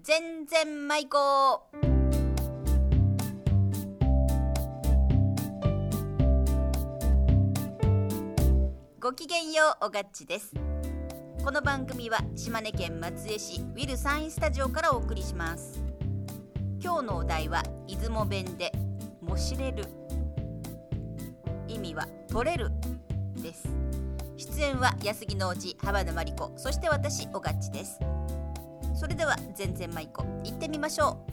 全然舞子。ごきげんよう、おがっちです。この番組は島根県松江市ウィルサインスタジオからお送りします。今日のお題は出雲弁でもしれる、意味は取れるです。出演は安木のおじ浜田真理子、そして私おがっちです。それでは全然舞子行ってみましょ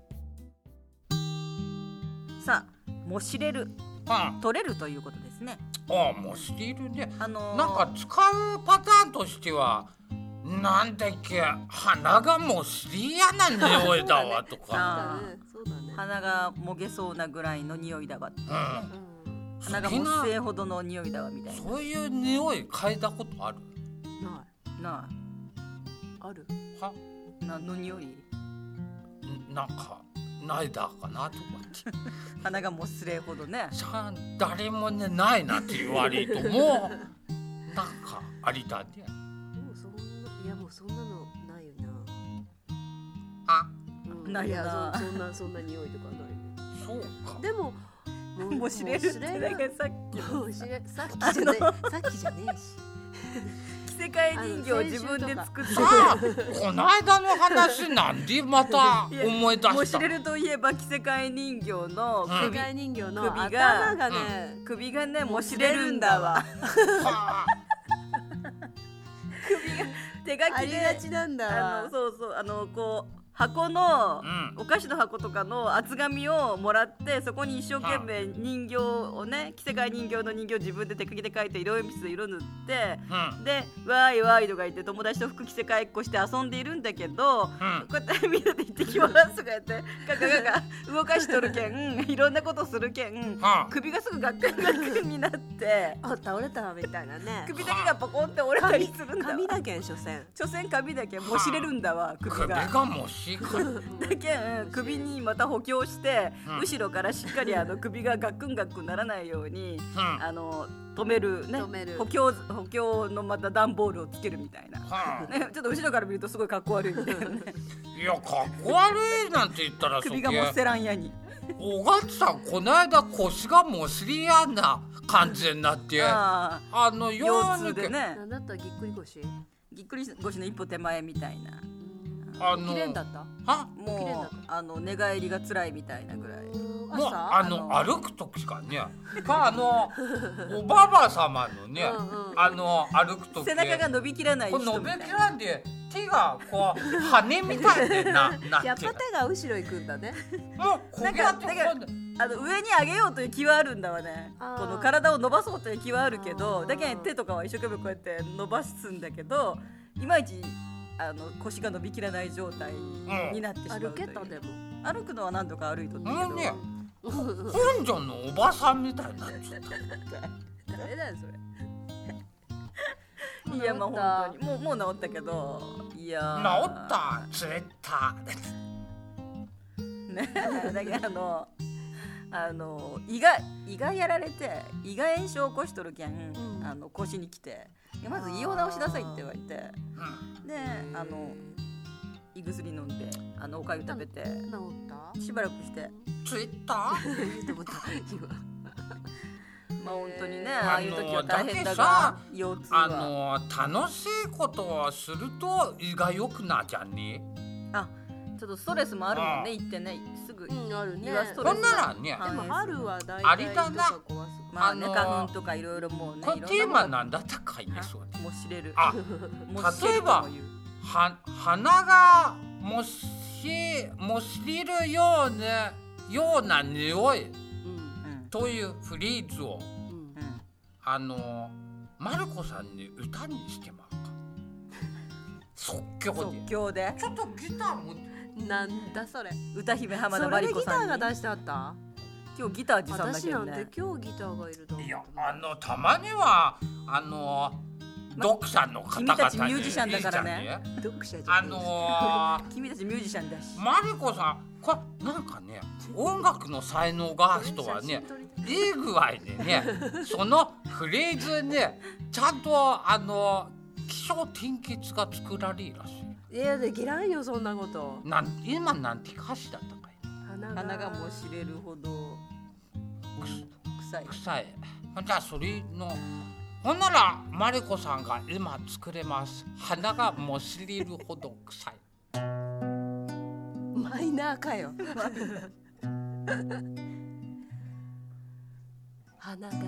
う。さあ、もしれる、取れるということですね。 もしれるね、なんか使うパターンとしてはなんだっけ、鼻がもしれやな匂いだわとかそうだね、鼻がもげそうなぐらいの匂いだわって、鼻がもっせーほどの匂いだわみたいな。 そういう匂い嗅いだことある？ ない。ある？ は？ 何の匂い？ なんかないだかなと思って鼻がもっすれほどね。 誰もねないなって言われるともうなんかありだね。 もうそんなのないよな。 ないよな。 そんな匂いとかないね。 そうか。 でももしれるってだけさっきじゃねえし。 着せ替え人形を自分で作ってこの間の話なんでまた思い出した。 もしれるといえば着せ替え人形の首がねもしれるんだわ。首が手書きでありがちなんだ。 こう箱の、お菓子の箱とかの厚紙をもらって、そこに一生懸命人形をね、着せ替え人形の人形を自分で手書きで書いて色鉛筆で色塗って、でわーいわーいとか言って友達と服着せ替えっこして遊んでいるんだけど、こうやってみんなで行ってきますとかやってガガ動かしとるけんいろんなことするけん、首がすぐガックンガックンになって倒れたみたいなね。 首だけがポコンって折れたりするんだわ。 髪だけん所詮髪だけんもしれるんだわ。首がもしだけん首にまた補強して、後ろからしっかり首がガックンガックンならないように、止めるね、補強のまた段ボールをつけるみたいな、ね、ちょっと後ろから見るとすごいかっこ悪いみたいな、ね、 いやかっこ悪いなんて言ったら首がもっせらんやに。 おがっちさんこの間腰がもしりやな感じになって腰痛でね。 なんだったらぎっくり腰の一歩手前みたいな。 起きれんだった？ もう寝返りが辛いみたいなぐらい。 もう歩く時かねおばば様のね歩く時背中が伸びきらない人みたいな。 伸びきらんで手がこう羽みたいでなってやっぱ手が後ろ行くんだね。 もうこうやって上に上げようという気はあるんだわね。この体を伸ばそうという気はあるけど、だけど手とかは一生懸命こうやって伸ばすんだけど、いまいち腰が伸びきらない状態になってしまうという。 歩けたでも歩くのは何度か歩いとったけど、 本所のおばさんみたいになっちゃった。 誰だよそれ。 いやまあ本当にもう治ったけど、いや治った釣れたね。だけど胃がやられて胃が炎症を起こしとるけん、腰に来て、まず胃を治しなさいって言われて、で胃薬飲んでおかゆ食べて治った？ しばらくして釣れた言うてもた今まあ本当にね、ああいう時は大変だが、腰痛は楽しいことをすると胃が良くなっちゃうね。 ちょっとストレスもあるもんね。行ってねすぐあるね。 ストレスほんならね、 でも春は大ありだな。 まあね、花粉とかいろいろもうね。 これテーマなんだったかいね。そうね。 もしれる。 例えば鼻がもしれるような匂いというフレーズをマルコさんに歌にしてまうか。即興で。ちょっとギターも。 なんだそれ。 歌姫浜田真理子さんに。 それでギターが出してあった？ 今日ギター持参だけどね。 私なんて今日ギターがいると思う。 いやたまには読者の方々に、 君たちミュージシャンだからね。 読者じゃ君たちミュージシャンだし。 マリコさんこれなんかね音楽の才能がある人はねいい具合でねそのフレーズねちゃんと起承転結が作られるらしい。 いやできらんよそんなこと。 今なんて歌詞だったかい。 鼻がもしれるほど臭い。 臭い。じゃあそれのほんならマリコさんが今作れます。鼻がもしれるほど臭い。 マイナーかよ。鼻が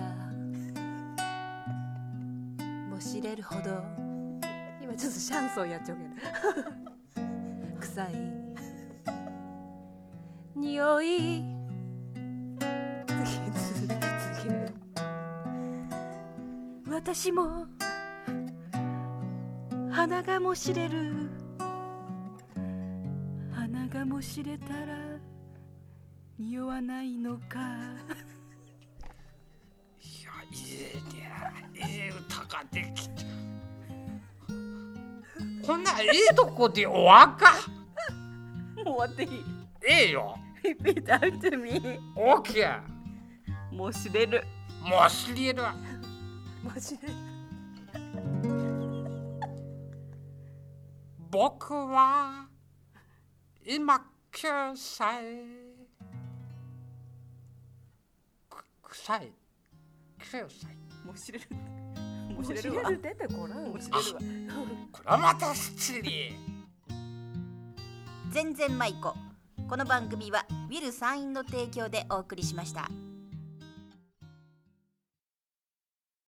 もしれるほど、今ちょっとシャンソンやっちゃうけど臭い匂い。次私も鼻がもしれる。鼻がもしれたら匂わないのか。 いい歌ができた。こんないいとこで終わっか。 もう終わっていい？ いいよ。 Repeat out to me. OK。 もしれる。 もしれる。 もしれる。 僕は今9歳。臭い。9歳。 もしれる。 もしれる出てこらん。 もしれるわ。 これはまた失礼。 全然舞子。この番組はウィル・サインの提供でお送りしました。